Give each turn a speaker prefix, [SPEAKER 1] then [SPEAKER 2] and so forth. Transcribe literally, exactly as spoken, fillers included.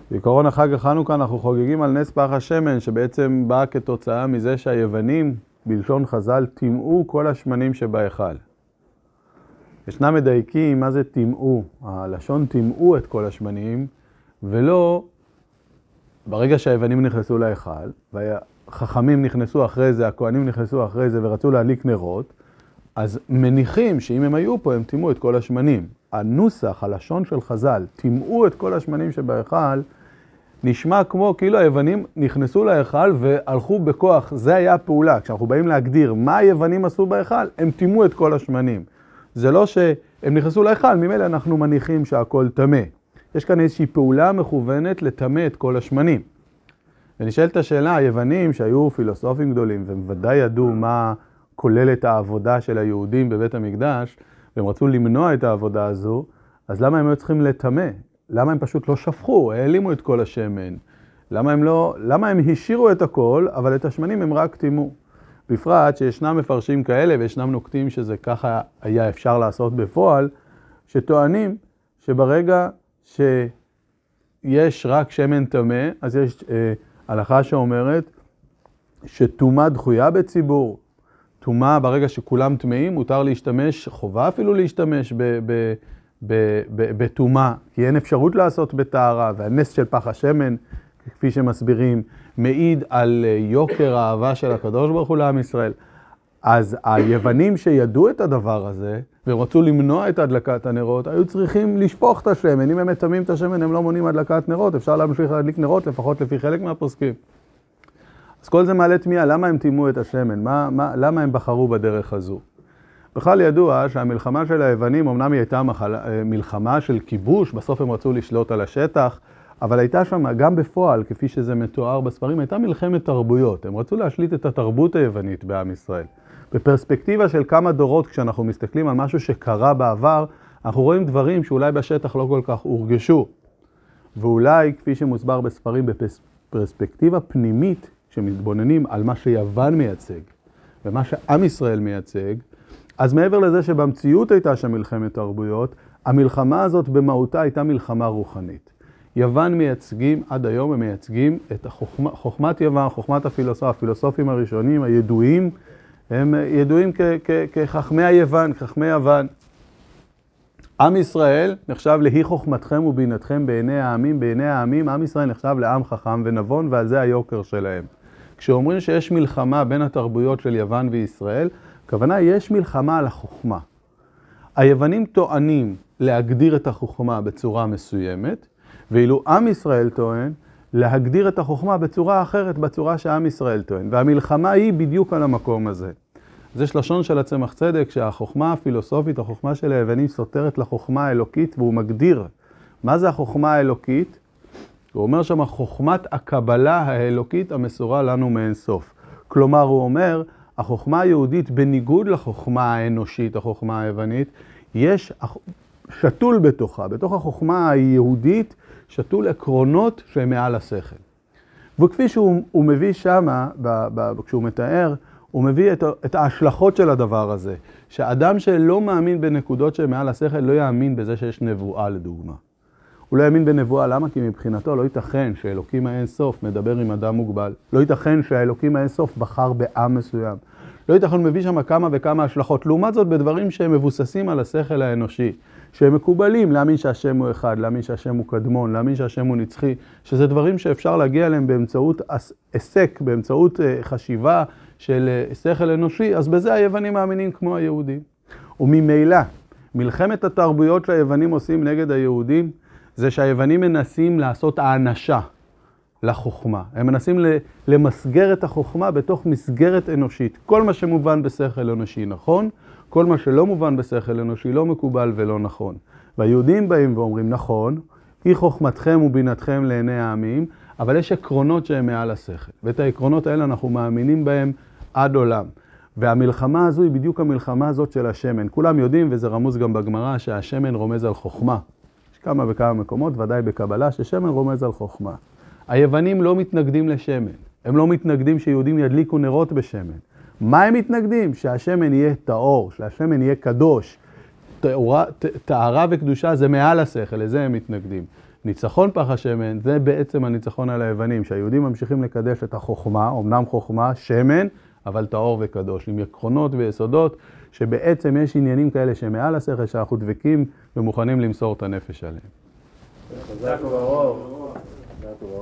[SPEAKER 1] בעיקרון החג החנוכה אנחנו חוגגים על נס פך השמן, שבעצם בא כתוצאה מזה שהיוונים, בלשון חז"ל, טימאו כל השמנים שבהיכל. ישנם מדייקים מה זה טימאו. הלשון טימאו את כל השמנים, ולא ברגע שהיוונים נכנסו להיכל, והחכמים נכנסו אחרי זה, הכהנים נכנסו אחרי זה ורצו להדליק נרות, אז מניחים שאם הם היו פה הם טימאו את כל השמנים. הנוסח, הלשון של חז"ל, טימאו את כל השמנים שבהיכל, נשמע כמו כאילו היוונים נכנסו להיכל והלכו בכוח. זה היה הפעולה. כשאנחנו באים להגדיר מה היוונים עשו בהיכל, הם טימאו את כל השמנים. זה לא שהם נכנסו להיכל, ממילא אנחנו מניחים שהכל טמא. יש כאן איזושהי פעולה מכוונת לטמא את כל השמנים. ונשאלת השאלה, היוונים שהיו פילוסופים גדולים, והם ודאי ידעו מה כולל את העבודה של היהודים בבית המקדש, והם רצו למנוע את העבודה הזו, אז למה הם היו צריכים לטמא? למה הם פשוט לא שפכו, העלימו את כל השמן? למה הם לא, למה הם השאירו את הכל, אבל את השמנים הם רק טימאו? בפרט שישנם מפרשים כאלה, וישנם נוקטים שזה ככה היה אפשר לעשות בפועל, שטוענים שברגע שיש רק שמן טמא, אז יש אה, הלכה שאומרת שטומאה דחויה בציבור. טומאה, ברגע שכולם טמאים, מותר להשתמש, חובה אפילו להשתמש בטומאה, כי אין אפשרות לעשות בטהרה, והנס של פח השמן, כפי שמסבירים, מעיד על יוקר האהבה של הקדוש ברוך הוא לעם ישראל. אז היוונים שידעו את הדבר הזה, ורצו למנוע את הדלקת הנרות, היו צריכים לשפוך את השמן. אם הם מטמאים את השמן, הם לא מונעים הדלקת נרות. אפשר להמשיך להדליק נרות, לפחות לפי חלק מהפוסקים. אז כל זה מעלה תמיהה, למה הם טימאו את השמן? מה, מה, למה הם בחרו בדרך הזו? בכלל ידוע שהמלחמה של היוונים, אמנם היא הייתה מחל... מלחמה של כיבוש, בסוף הם רצו לשלוט על השטח, אבל הייתה שם גם בפועל, כפי שזה מתואר בספרים, הייתה מלחמת תרבויות. הם רצו להשליט את התרבות היוונית בעם ישראל. בפרספקטיבה של כמה דורות, כשאנחנו מסתכלים על משהו שקרה בעבר, אנחנו רואים דברים שאולי בשטח לא כל כך הורגשו. ואולי, כפי שמוסבר בספרים, בפרספקטיבה פנימית, כשמתבוננים על מה שיוון מייצג, ומה שעם ישראל מייצג, אז מעבר לזה שבמציאות הייתה שם מלחמת תרבויות, המלחמה הזאת במהותה הייתה מלחמה רוחנית. יוון מייצגים, עד היום הם מייצגים את החוכמה, חוכמת יוון, חוכמת הפילוסוף, הפילוסופים הראשונים, הידועים, הם ידועים כ- כ- כחכמי היוון, חכמי יוון. עם ישראל נחשב להי חוכמתכם ובינתכם בעיני העמים, בעיני העמים, עם ישראל נחשב לעם חכם ונבון, ועל זה היוקר שלהם. כשאומרים שיש מלחמה בין התרבויות של יוון וישראל, הכוונה יש מלחמה על החוכמה. היוונים טוענים להגדיר את החוכמה בצורה מסוימת, ואילו עם ישראל טוען להגדיר את החוכמה בצורה אחרת, בצורה שעם ישראל טוען. והמלחמה היא בדיוק על המקום הזה. זה לשון של הצמח צדק, שהחוכמה הפילוסופית, החוכמה של היוונים סותרת לחוכמה האלוקית, והוא מגדיר מה זה החוכמה האלוקית. הוא אומר שם חוכמת הקבלה האלוקית המסורה לנו מאין סוף. כלומר, הוא אומר, החוכמה היהודית בניגוד לחוכמה האנושית, החוכמה היוונית, יש שתול בתוכה, בתוך החוכמה היהודית, שתול עקרונות שהם מעל השכל. וכפי שהוא מביא שמה, כשהוא מתאר, הוא מביא את, את ההשלכות של הדבר הזה, שאדם שלא מאמין בנקודות שהם מעל השכל, לא יאמין בזה שיש נבואה לדוגמה. הוא לא יאמין בנבואה, למה? כי מבחינתו לא ייתכן שאלוקים האין סוף מדבר עם אדם מוגבל. לא ייתכן שהאלוקים האין סוף בחר בעם מסוים. לא ייתכן, הוא מביא שם כמה וכמה השלכות. לעומת זאת, בדברים שהם מבוססים על השכל האנושי, שהם מקובלים להאמין שהשם הוא אחד, להאמין שהשם הוא קדמון, להאמין שהשם הוא נצחי, שזה דברים שאפשר להגיע אליהם באמצעות עסק, באמצעות חשיבה של שכל אנושי, אז בזה היוונים מאמינים כמו היהודים. וממילא, מלחמת התרבויות שהיוונים עושים נגד היהודים, זה שהיוונים מנסים לעשות האנשה לחוכמה. הם מנסים למסגר את החוכמה בתוך מסגרת אנושית. כל מה שמובן בשכל אנושי נכון, כל מה שלא מובן בשכל אנושי לא מקובל ולא נכון. והיהודים באים ואומרים, נכון, היא חוכמתכם ובינתכם לעיני העמים, אבל יש עקרונות שהם מעל השכל. ואת העקרונות האלה אנחנו מאמינים בהם עד עולם. והמלחמה הזו היא בדיוק המלחמה הזאת של השמן. כולם יודעים, וזה רמוז גם בגמרא, שהשמן רומז על חוכמה. יש כמה וכמה מקומות, ודאי בקבלה, ששמן רומז על חוכמה. היוונים לא מתנגדים לשמן. הם לא מתנגדים שיהודים ידליקו נרות בשמן. מה הם מתנגדים? שהשמן יהיה טהור, שהשמן יהיה קדוש. טהרה וקדושה זה מעל השכל, לזה הם מתנגדים. ניצחון פח השמן זה בעצם הניצחון על היוונים, שהיהודים ממשיכים לקדש את החוכמה, אמנם חוכמה, שמן, אבל טהור וקדוש, עם עקרונות ויסודות, שבעצם יש עניינים כאלה שמעל השכל, שאנחנו דבקים ומוכנים למסור את הנפש עליהם.